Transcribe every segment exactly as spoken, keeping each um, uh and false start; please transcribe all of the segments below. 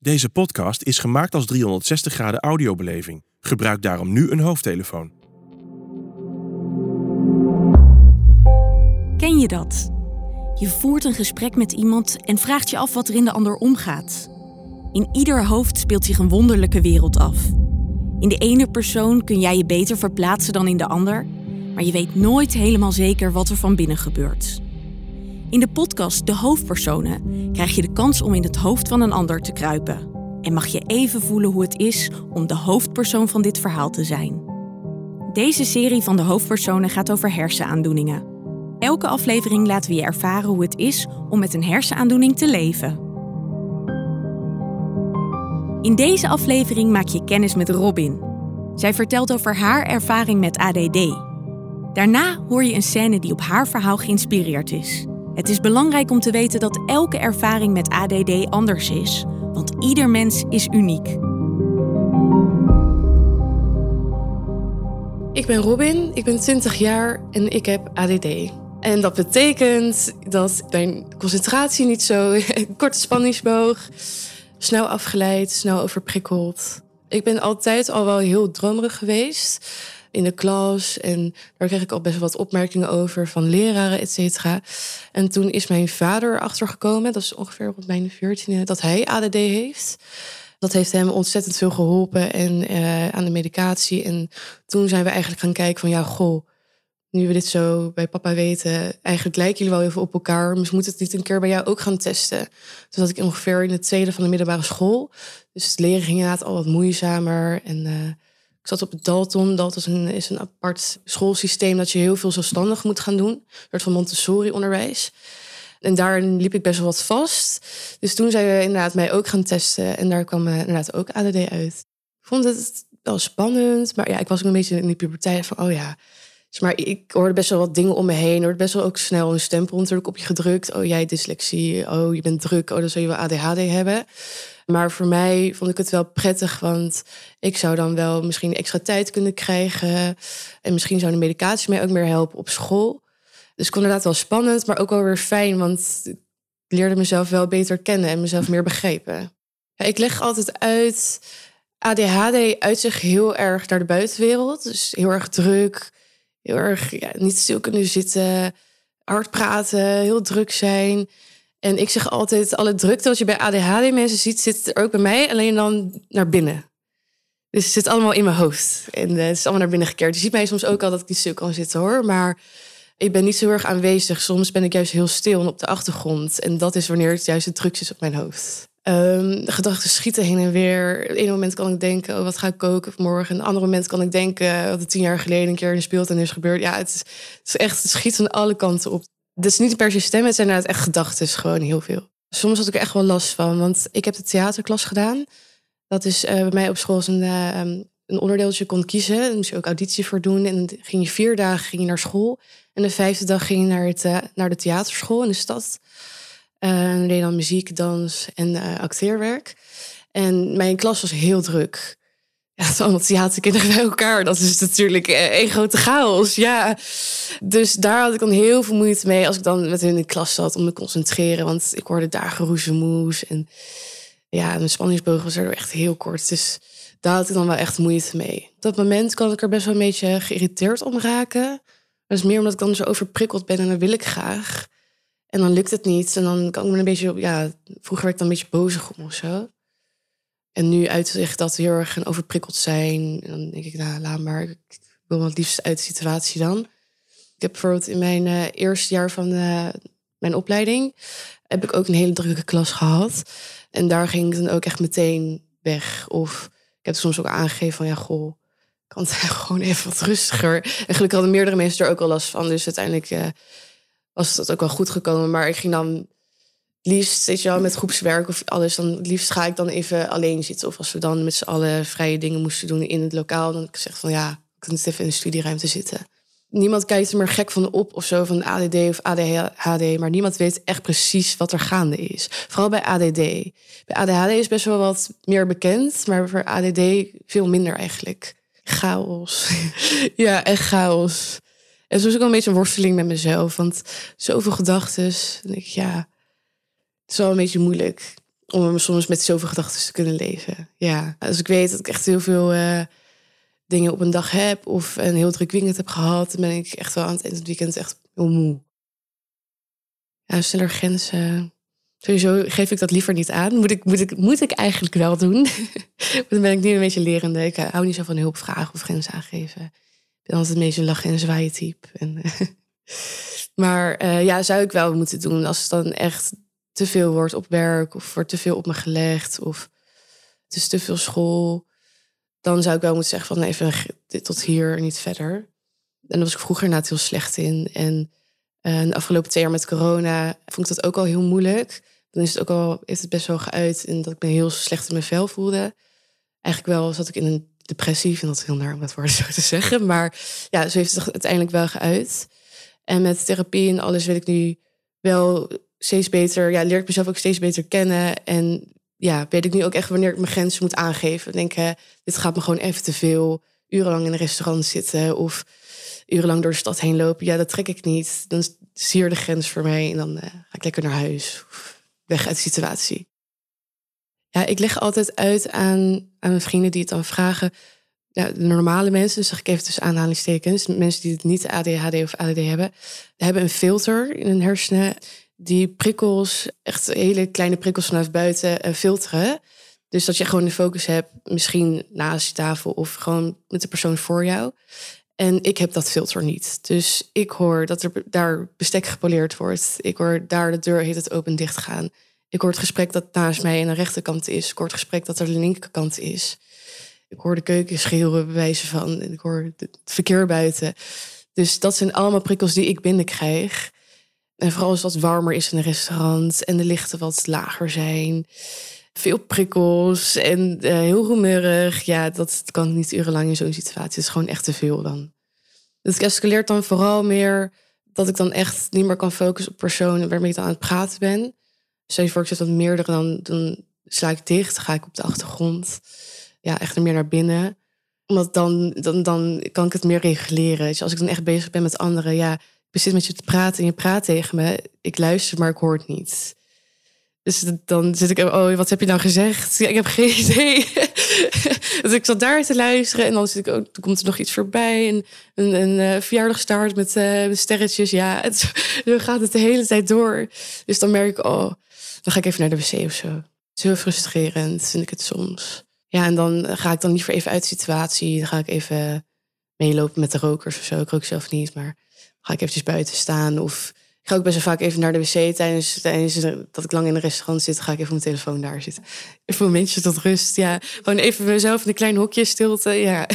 Deze podcast is gemaakt als driehonderdzestig graden audiobeleving. Gebruik daarom nu een hoofdtelefoon. Ken je dat? Je voert een gesprek met iemand en vraagt je af wat er in de ander omgaat. In ieder hoofd speelt zich een wonderlijke wereld af. In de ene persoon kun jij je beter verplaatsen dan in de ander, maar je weet nooit helemaal zeker wat er van binnen gebeurt. In de podcast De Hoofdpersonen krijg je de kans om in het hoofd van een ander te kruipen. En mag je even voelen hoe het is om de hoofdpersoon van dit verhaal te zijn. Deze serie van De Hoofdpersonen gaat over hersenaandoeningen. Elke aflevering laten we je ervaren hoe het is om met een hersenaandoening te leven. In deze aflevering maak je kennis met Robin. Zij vertelt over haar ervaring met A D D. Daarna hoor je een scène die op haar verhaal geïnspireerd is. Het is belangrijk om te weten dat elke ervaring met A D D anders is, want ieder mens is uniek. Ik ben Robin, ik ben twintig jaar en ik heb A D D. En dat betekent dat mijn concentratie niet zo, korte spanningsboog, snel afgeleid, snel overprikkeld. Ik ben altijd al wel heel dromerig geweest in de klas. En daar kreeg ik al best wel wat opmerkingen over van leraren, et cetera. En toen is mijn vader erachter gekomen, dat is ongeveer op mijn veertiende, dat hij A D D heeft. Dat heeft hem ontzettend veel geholpen en uh, aan de medicatie. En toen zijn we eigenlijk gaan kijken van ja, goh, nu we dit zo bij papa weten, eigenlijk lijken jullie wel heel veel op elkaar. Dus moet het niet een keer bij jou ook gaan testen? Toen zat ik ongeveer in het tweede van de middelbare school. Dus het leren ging inderdaad al wat moeizamer. En uh, ik zat op het Dalton. Dalton is een, is een apart schoolsysteem dat je heel veel zelfstandig moet gaan doen. Een soort van Montessori-onderwijs. En daar liep ik best wel wat vast. Dus toen zijn we inderdaad mij ook gaan testen. En daar kwam uh, inderdaad ook A D D uit. Ik vond het wel spannend. Maar ja, ik was ook een beetje in die puberteit van, oh ja. Maar ik hoorde best wel wat dingen om me heen. Er wordt best wel ook snel een stempel natuurlijk op je gedrukt. Oh, jij dyslexie. Oh, je bent druk. Oh, dan zou je wel A D H D hebben. Maar voor mij vond ik het wel prettig. Want ik zou dan wel misschien extra tijd kunnen krijgen. En misschien zou de medicatie mij ook meer helpen op school. Dus ik vond het inderdaad wel spannend, maar ook wel weer fijn. Want ik leerde mezelf wel beter kennen en mezelf meer begrijpen. Ja, ik leg altijd uit, A D H D uit zich heel erg naar de buitenwereld. Dus heel erg druk. Heel erg ja, niet stil kunnen zitten, hard praten, heel druk zijn. En ik zeg altijd, alle drukte wat je bij A D H D-mensen ziet, zit er ook bij mij, alleen dan naar binnen. Dus het zit allemaal in mijn hoofd. En uh, het is allemaal naar binnen gekeerd. Je ziet mij soms ook al dat ik niet stil kan zitten, hoor. Maar ik ben niet zo erg aanwezig. Soms ben ik juist heel stil en op de achtergrond. En dat is wanneer het juist de druk is op mijn hoofd. Um, de gedachten schieten heen en weer. Op het ene moment kan ik denken, oh, wat ga ik koken vanmorgen? En op het andere moment kan ik denken, wat er tien jaar geleden een keer in de speeltuin is gebeurd. Ja, het is, het is echt, het schiet van alle kanten op. Het is niet per se stemmen, het zijn inderdaad echt gedachten, gewoon heel veel. Soms had ik er echt wel last van, want ik heb de theaterklas gedaan. Dat is uh, bij mij op school een, uh, een onderdeel dat je kon kiezen. Daar moest je ook auditie voor doen. En dan ging je vier dagen ging je naar school. En de vijfde dag ging je naar, het, uh, naar de theaterschool in de stad. Uh, en deed dan muziek, dans en uh, acteerwerk. En mijn klas was heel druk. Ja, het allemaal theaterkinderen bij elkaar. Dat is natuurlijk één grote chaos, ja. Dus daar had ik dan heel veel moeite mee als ik dan met hun in de klas zat om me te concentreren. Want ik hoorde daar geroezemoes. En ja, mijn spanningsboog was er echt heel kort. Dus daar had ik dan wel echt moeite mee. Op dat moment kan ik er best wel een beetje geïrriteerd om raken. Dat is meer omdat ik dan zo overprikkeld ben en dan wil ik graag. En dan lukt het niet. En dan kan ik me een beetje, ja, vroeger werd ik dan een beetje bozig om of zo. En nu uitzicht dat heel erg en overprikkeld zijn. En dan denk ik, nou, laat maar. Ik wil het liefst uit de situatie dan. Ik heb bijvoorbeeld in mijn uh, eerste jaar van uh, mijn opleiding heb ik ook een hele drukke klas gehad. En daar ging ik dan ook echt meteen weg. Of ik heb soms ook aangegeven van, ja, goh, kan het gewoon even wat rustiger. En gelukkig hadden meerdere mensen er ook al last van. Dus uiteindelijk uh, was dat ook wel goed gekomen. Maar ik ging dan liefst, weet je wel, met groepswerk of alles, dan liefst ga ik dan even alleen zitten. Of als we dan met z'n allen vrije dingen moesten doen in het lokaal, dan ik zeg van ja, ik kan niet even in de studieruimte zitten. Niemand kijkt er maar gek van op of zo, van A D D of A D H D, maar niemand weet echt precies wat er gaande is. Vooral bij A D D. Bij A D H D is best wel wat meer bekend, maar voor A D D veel minder eigenlijk. Chaos. Ja, echt chaos. En zo is ook wel een beetje een worsteling met mezelf, want zoveel gedachten. Dan denk ik, ja, het is wel een beetje moeilijk. Om soms met zoveel gedachten te kunnen leven. Ja, als ik weet dat ik echt heel veel uh, dingen op een dag heb... of een heel druk weekend heb gehad... dan ben ik echt wel aan het eind van het weekend echt heel moe. Ja, sneller grenzen... Sowieso geef ik dat liever niet aan. Moet ik, moet ik, moet ik eigenlijk wel doen. Dan ben ik nu een beetje lerende. Ik hou niet zo van hulp vragen of grenzen aangeven. Ik ben altijd een beetje lachen en zwaaien type. En, maar uh, ja, zou ik wel moeten doen... als het dan echt te veel wordt op werk... of wordt te veel op me gelegd... of het is te veel school... dan zou ik wel moeten zeggen van... even dit tot hier, niet verder. En daar was ik vroeger inderdaad heel slecht in. En uh, de afgelopen twee jaar met corona... vond ik dat ook al heel moeilijk... Dan is het ook al, heeft het best wel geuit en dat ik me heel slecht in mijn vel voelde. Eigenlijk wel zat ik in een depressie. Ik vind dat heel naar om dat woord zo te zeggen. Maar ja, zo heeft het uiteindelijk wel geuit. En met therapie en alles wil ik nu wel steeds beter... Ja, leer ik mezelf ook steeds beter kennen. En ja, weet ik nu ook echt wanneer ik mijn grenzen moet aangeven. Ik denk, hè, dit gaat me gewoon even te veel. Urenlang in een restaurant zitten of urenlang door de stad heen lopen. Ja, dat trek ik niet. Dan is hier de grens voor mij en dan uh, ga ik lekker naar huis. Weg uit de situatie. Ja, ik leg altijd uit aan, aan mijn vrienden die het dan vragen. Ja, de normale mensen, dus zeg ik even tussen aanhalingstekens. Mensen die het niet A D H D of A D D hebben. hebben een filter in hun hersenen. Die prikkels, echt hele kleine prikkels vanaf buiten, uh, filteren. Dus dat je gewoon de focus hebt. Misschien naast je tafel of gewoon met de persoon voor jou. En ik heb dat filter niet. Dus ik hoor dat er daar bestek gepoleerd wordt. Ik hoor daar de deur heet het open dicht gaan. Ik hoor het gesprek dat naast mij aan de rechterkant is. Ik hoor het gesprek dat er aan de linkerkant is. Ik hoor de keuken schreeuwen bij wijze van. En ik hoor het verkeer buiten. Dus dat zijn allemaal prikkels die ik binnenkrijg. En vooral als het wat warmer is in een restaurant. En de lichten wat lager zijn. Veel prikkels en uh, heel roemerig. Ja, dat kan ik niet urenlang in zo'n situatie. Het is gewoon echt te veel dan. Het escaleert dan vooral meer dat ik dan echt niet meer kan focussen op personen waarmee ik dan aan het praten ben. Stel je voor, ik zit wat meerdere, dan, dan sla ik dicht. Dan ga ik op de achtergrond. Ja, echt er meer naar binnen. Omdat dan, dan, dan kan ik het meer reguleren. Dus als ik dan echt bezig ben met anderen. Ja, ik zit met je te praten en je praat tegen me. Ik luister, maar ik hoor het niet. Dus dan zit ik, oh, wat heb je nou gezegd? Ja, ik heb geen idee. Dus ik zat daar te luisteren en dan zit ik ook, dan komt er nog iets voorbij. Een, een, een uh, verjaardagstaart met, uh, met sterretjes. Ja, het, dan gaat het de hele tijd door. Dus dan merk ik, oh, dan ga ik even naar de wc of zo. Het is heel frustrerend, vind ik het soms. Ja, en dan ga ik dan liever even uit de situatie. Dan ga ik even meelopen met de rokers of zo. Ik rook zelf niet, maar dan ga ik eventjes buiten staan of... Ik ga ook best wel vaak even naar de wc tijdens, tijdens dat ik lang in een restaurant zit. Ga ik even op mijn telefoon daar zitten. Even een momentje tot rust. Ja, gewoon even mezelf in een klein hokje stilte. Ja.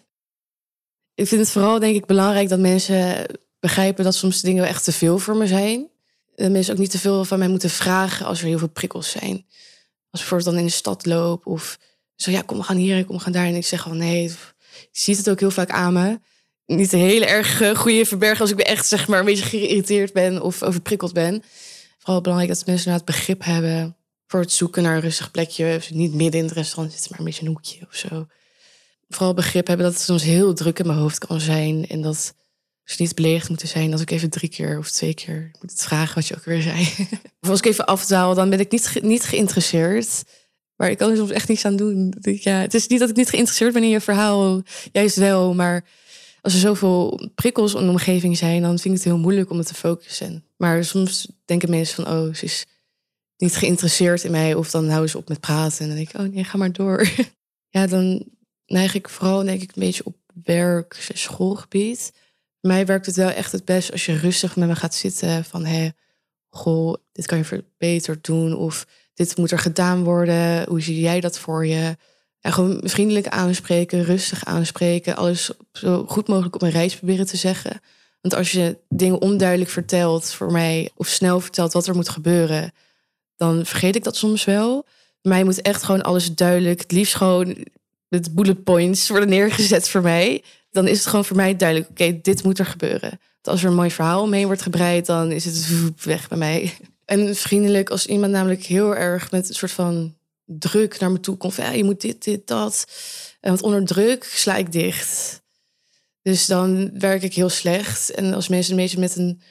Ik vind het vooral denk ik belangrijk dat mensen begrijpen dat soms dingen wel echt te veel voor me zijn. Dat mensen ook niet te veel van mij moeten vragen als er heel veel prikkels zijn. Als ik bijvoorbeeld dan in de stad loop of zo, ja, kom we gaan hier, kom we gaan daar. En ik zeg gewoon nee, je ziet het ook heel vaak aan me. Niet een hele erg uh, goede verbergen als ik echt zeg maar een beetje geïrriteerd ben of overprikkeld ben. Vooral belangrijk dat mensen nou het begrip hebben voor het zoeken naar een rustig plekje. Of niet midden in het restaurant zitten, maar een beetje een hoekje of zo. Vooral begrip hebben dat het soms heel druk in mijn hoofd kan zijn. En dat ze niet beledigd moeten zijn als ik even drie keer of twee keer moet het vragen wat je ook weer zei. Of als ik even afdwaal, dan ben ik niet, ge- niet geïnteresseerd. Maar ik kan er soms echt niets aan doen. Ja, het is niet dat ik niet geïnteresseerd ben in je verhaal. Juist wel, maar... Als er zoveel prikkels in de omgeving zijn, dan vind ik het heel moeilijk om het te focussen. Maar soms denken mensen van, oh, ze is niet geïnteresseerd in mij. Of dan houden ze op met praten. En dan denk ik, oh nee, ga maar door. Ja, dan neig ik vooral denk ik een beetje op werk, schoolgebied. Voor mij werkt het wel echt het best als je rustig met me gaat zitten. Van, hé, hey, goh, dit kan je beter doen. Of dit moet er gedaan worden. Hoe zie jij dat voor je? Ja, gewoon vriendelijk aanspreken, rustig aanspreken. Alles zo goed mogelijk op een reis proberen te zeggen. Want als je dingen onduidelijk vertelt voor mij... of snel vertelt wat er moet gebeuren... dan vergeet ik dat soms wel. Bij mij moet echt gewoon alles duidelijk... het liefst gewoon met bullet points worden neergezet voor mij. Dan is het gewoon voor mij duidelijk... oké, okay, dit moet er gebeuren. Want als er een mooi verhaal omheen wordt gebreid... dan is het weg bij mij. En vriendelijk als iemand namelijk heel erg met een soort van... druk naar me toe komt van, ja, je moet dit, dit, dat. En want onder druk sla ik dicht. Dus dan werk ik heel slecht. En als mensen een beetje met een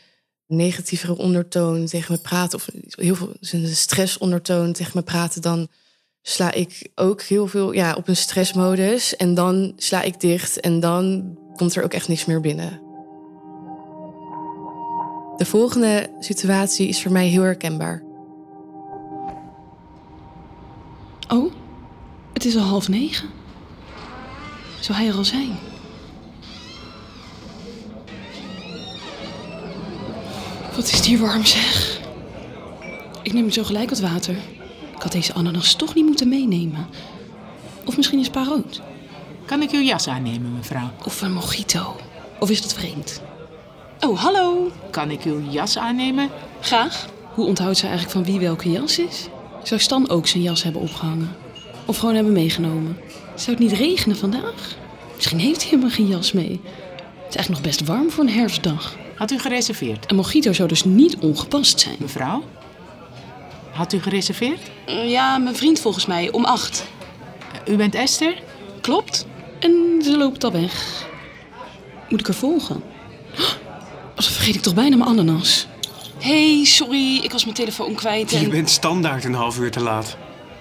negatievere ondertoon tegen me praten, of heel veel een stressondertoon tegen me praten, dan sla ik ook heel veel ja, op een stressmodus. En dan sla ik dicht en dan komt er ook echt niks meer binnen. De volgende situatie is voor mij heel herkenbaar. Oh, het is al half negen. Zou hij er al zijn? Wat is het hier warm, zeg. Ik neem zo gelijk wat water. Ik had deze ananas toch niet moeten meenemen. Of misschien een spa rood. Kan ik uw jas aannemen, mevrouw? Of een mojito. Of is dat vreemd? Oh, hallo. Kan ik uw jas aannemen? Graag. Hoe onthoudt ze eigenlijk van wie welke jas is? Zou Stan ook zijn jas hebben opgehangen? Of gewoon hebben meegenomen? Zou het niet regenen vandaag? Misschien heeft hij helemaal geen jas mee. Het is eigenlijk nog best warm voor een herfstdag. Had u gereserveerd? Een mojito zou dus niet ongepast zijn. Mevrouw? Had u gereserveerd? Uh, ja, mijn vriend volgens mij, om acht. Uh, u bent Esther? Klopt. En ze loopt al weg. Moet ik er volgen? Oh, dan vergeet ik toch bijna mijn ananas. Hé, hey, sorry, ik was mijn telefoon kwijt. En... Je bent standaard een half uur te laat.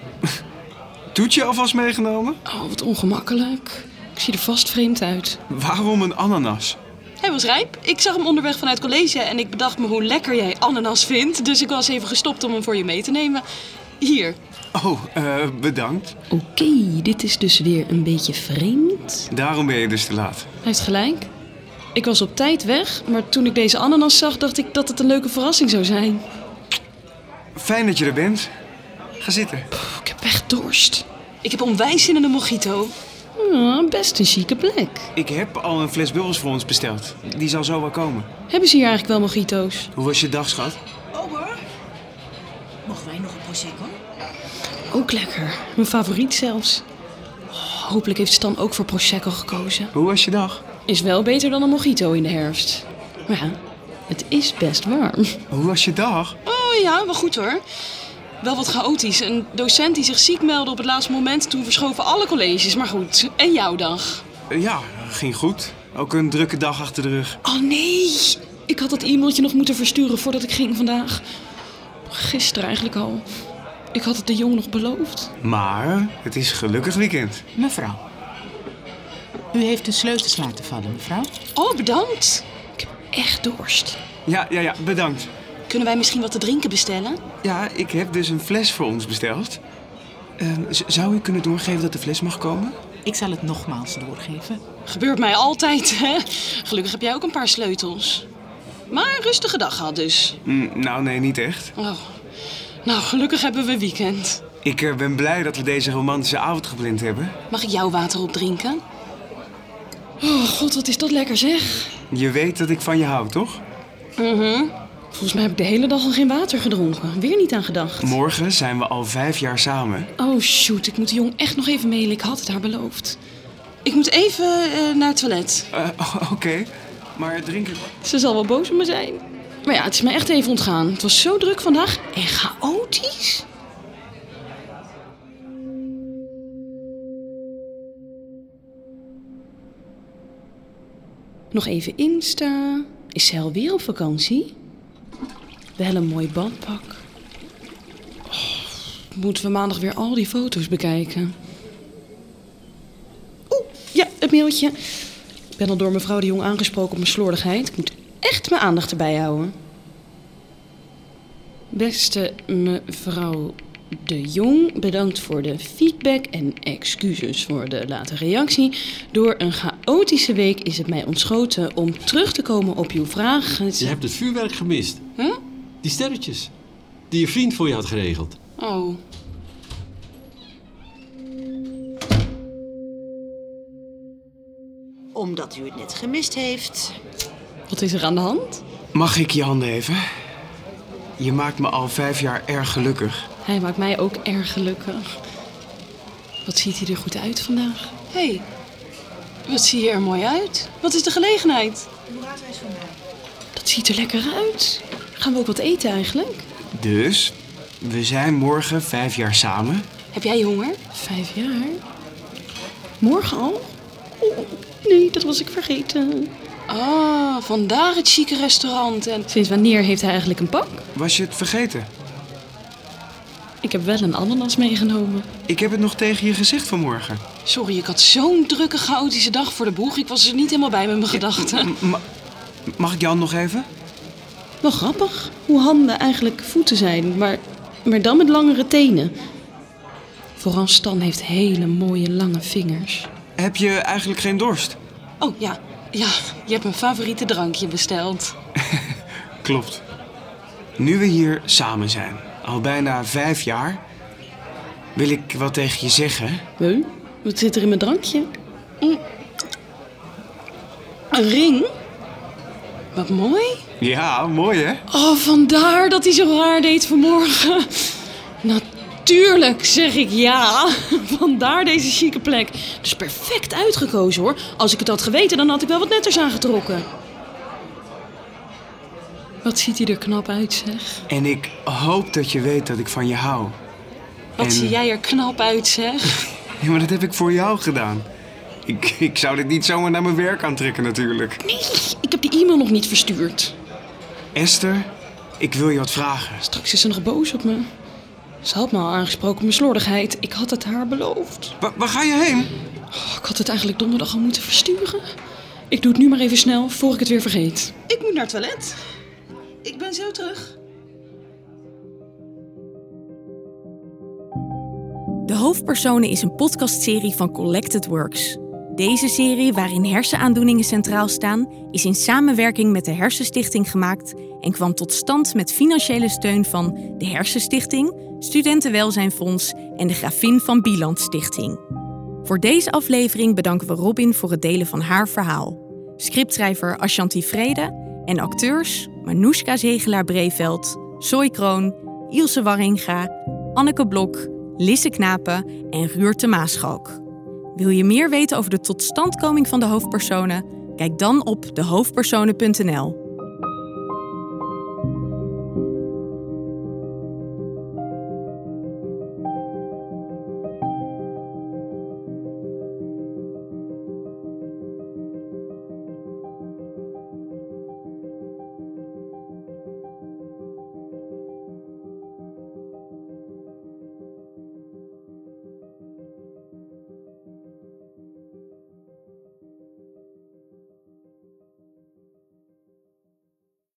Toetje alvast meegenomen? Oh, wat ongemakkelijk. Ik zie er vast vreemd uit. Waarom een ananas? Hij was rijp. Ik zag hem onderweg vanuit college en ik bedacht me hoe lekker jij ananas vindt. Dus ik was even gestopt om hem voor je mee te nemen. Hier. Oh, uh, bedankt. Oké, okay, dit is dus weer een beetje vreemd. Daarom ben je dus te laat. Hij heeft gelijk. Ik was op tijd weg, maar toen ik deze ananas zag, dacht ik dat het een leuke verrassing zou zijn. Fijn dat je er bent. Ga zitten. Pff, ik heb echt dorst. Ik heb onwijs zin in een mojito. Oh, best een chique plek. Ik heb al een fles bubbels voor ons besteld. Die zal zo wel komen. Hebben ze hier eigenlijk wel mojito's? Hoe was je dag, schat? Oh hoor. Mogen wij nog een prosecco? Ook lekker. Mijn favoriet zelfs. Oh, hopelijk heeft Stan ook voor prosecco gekozen. Hoe was je dag? Is wel beter dan een mojito in de herfst. Maar ja, het is best warm. Hoe was je dag? Oh ja, wel goed hoor. Wel wat chaotisch. Een docent die zich ziek meldde op het laatste moment. Toen verschoven alle colleges. Maar goed, en jouw dag? Ja, ging goed. Ook een drukke dag achter de rug. Oh nee, ik had dat e-mailtje nog moeten versturen voordat ik ging vandaag. Gisteren eigenlijk al. Ik had het de jong nog beloofd. Maar het is gelukkig weekend. Mevrouw. U heeft de sleutels laten vallen, mevrouw. Oh, bedankt. Ik heb echt dorst. Ja, ja, ja, bedankt. Kunnen wij misschien wat te drinken bestellen? Ja, ik heb dus een fles voor ons besteld. Uh, z- zou u kunnen doorgeven dat de fles mag komen? Ik zal het nogmaals doorgeven. Gebeurt mij altijd, hè? Gelukkig heb jij ook een paar sleutels. Maar een rustige dag gehad dus. Mm, nou, nee, niet echt. Oh. Nou, gelukkig hebben we weekend. Ik uh, ben blij dat we deze romantische avond gepland hebben. Mag ik jouw water opdrinken? Oh, god, wat is dat lekker zeg. Je weet dat ik van je hou, toch? Mhm. Volgens mij heb ik de hele dag al geen water gedronken. Weer niet aan gedacht. Morgen zijn we al vijf jaar samen. Oh shoot, ik moet de jong echt nog even mailen. Ik had het haar beloofd. Ik moet even uh, naar het toilet. Uh, Oké, okay. Maar drink ik... Ze zal wel boos op me zijn. Maar ja, het is me echt even ontgaan. Het was zo druk vandaag en chaotisch. Nog even Insta. Is zij alweer op vakantie? Wel een mooi badpak. Oh, moeten we maandag weer al die foto's bekijken? Oeh, ja, het mailtje. Ik ben al door mevrouw de Jong aangesproken op mijn slordigheid. Ik moet echt mijn aandacht erbij houden. Beste mevrouw de Jong, bedankt voor de feedback en excuses voor de late reactie. Door een chaotische week is het mij ontschoten om terug te komen op uw vraag. Je hebt het vuurwerk gemist. Huh? Die sterretjes. Die je vriend voor je had geregeld. Oh. Omdat u het net gemist heeft. Wat is er aan de hand? Mag ik je handen even? Je maakt me al vijf jaar erg gelukkig. Hij maakt mij ook erg gelukkig. Wat ziet hij er goed uit vandaag? Hé, hey, wat zie je er mooi uit? Wat is de gelegenheid? Burrata is van mij. Dat ziet er lekker uit. Gaan we ook wat eten eigenlijk? Dus, we zijn morgen vijf jaar samen. Heb jij honger? Vijf jaar? Morgen al? Oh, nee, dat was ik vergeten. Ah, vandaar het chique restaurant. En sinds wanneer heeft hij eigenlijk een pak? Was je het vergeten? Ik heb wel een ananas meegenomen. Ik heb het nog tegen je gezegd vanmorgen. Sorry, ik had zo'n drukke, chaotische dag voor de boeg. Ik was er niet helemaal bij met mijn gedachten. M- ma- mag ik Jan nog even? Wel grappig hoe handen eigenlijk voeten zijn, maar, maar dan met langere tenen. Vooral Stan heeft hele mooie lange vingers. Heb je eigenlijk geen dorst? Oh ja, ja, je hebt mijn favoriete drankje besteld. Klopt. Nu we hier samen zijn, al bijna vijf jaar, wil ik wat tegen je zeggen. Huh? Wat zit er in mijn drankje? Mm. Een ring? Wat mooi. Ja, mooi hè? Oh, vandaar dat hij zo raar deed vanmorgen. Natuurlijk zeg ik ja. Vandaar deze chique plek. Dus perfect uitgekozen hoor. Als ik het had geweten, dan had ik wel wat netters aangetrokken. Wat ziet hij er knap uit, zeg. En ik hoop dat je weet dat ik van je hou. Wat en... zie jij er knap uit, zeg. Ja, maar dat heb ik voor jou gedaan. Ik, ik zou dit niet zomaar naar mijn werk aantrekken natuurlijk. Nee, ik heb die e-mail nog niet verstuurd. Esther, ik wil je wat vragen. Straks is ze nog boos op me. Ze had me al aangesproken op mijn slordigheid. Ik had het haar beloofd. Wa- waar ga je heen? Oh, ik had het eigenlijk donderdag al moeten versturen. Ik doe het nu maar even snel, voor ik het weer vergeet. Ik moet naar het toilet. Ik ben zo terug. De Hoofdpersonen is een podcastserie van Collected Works. Deze serie, waarin hersenaandoeningen centraal staan, is in samenwerking met de Hersenstichting gemaakt en kwam tot stand met financiële steun van de Hersenstichting, Studentenwelzijnfonds en de Gravin van Bieland Stichting. Voor deze aflevering bedanken we Robin voor het delen van haar verhaal. Scriptschrijver Ashanti Vrede en acteurs Manoushka Zegelaar-Breveld, Zoe Kroon, Ilse Warringa, Anneke Blok, Lisse Knapen en Ruurte Maaschalk. Wil je meer weten over de totstandkoming van de hoofdpersonen? Kijk dan op de hoofdpersonen punt n l.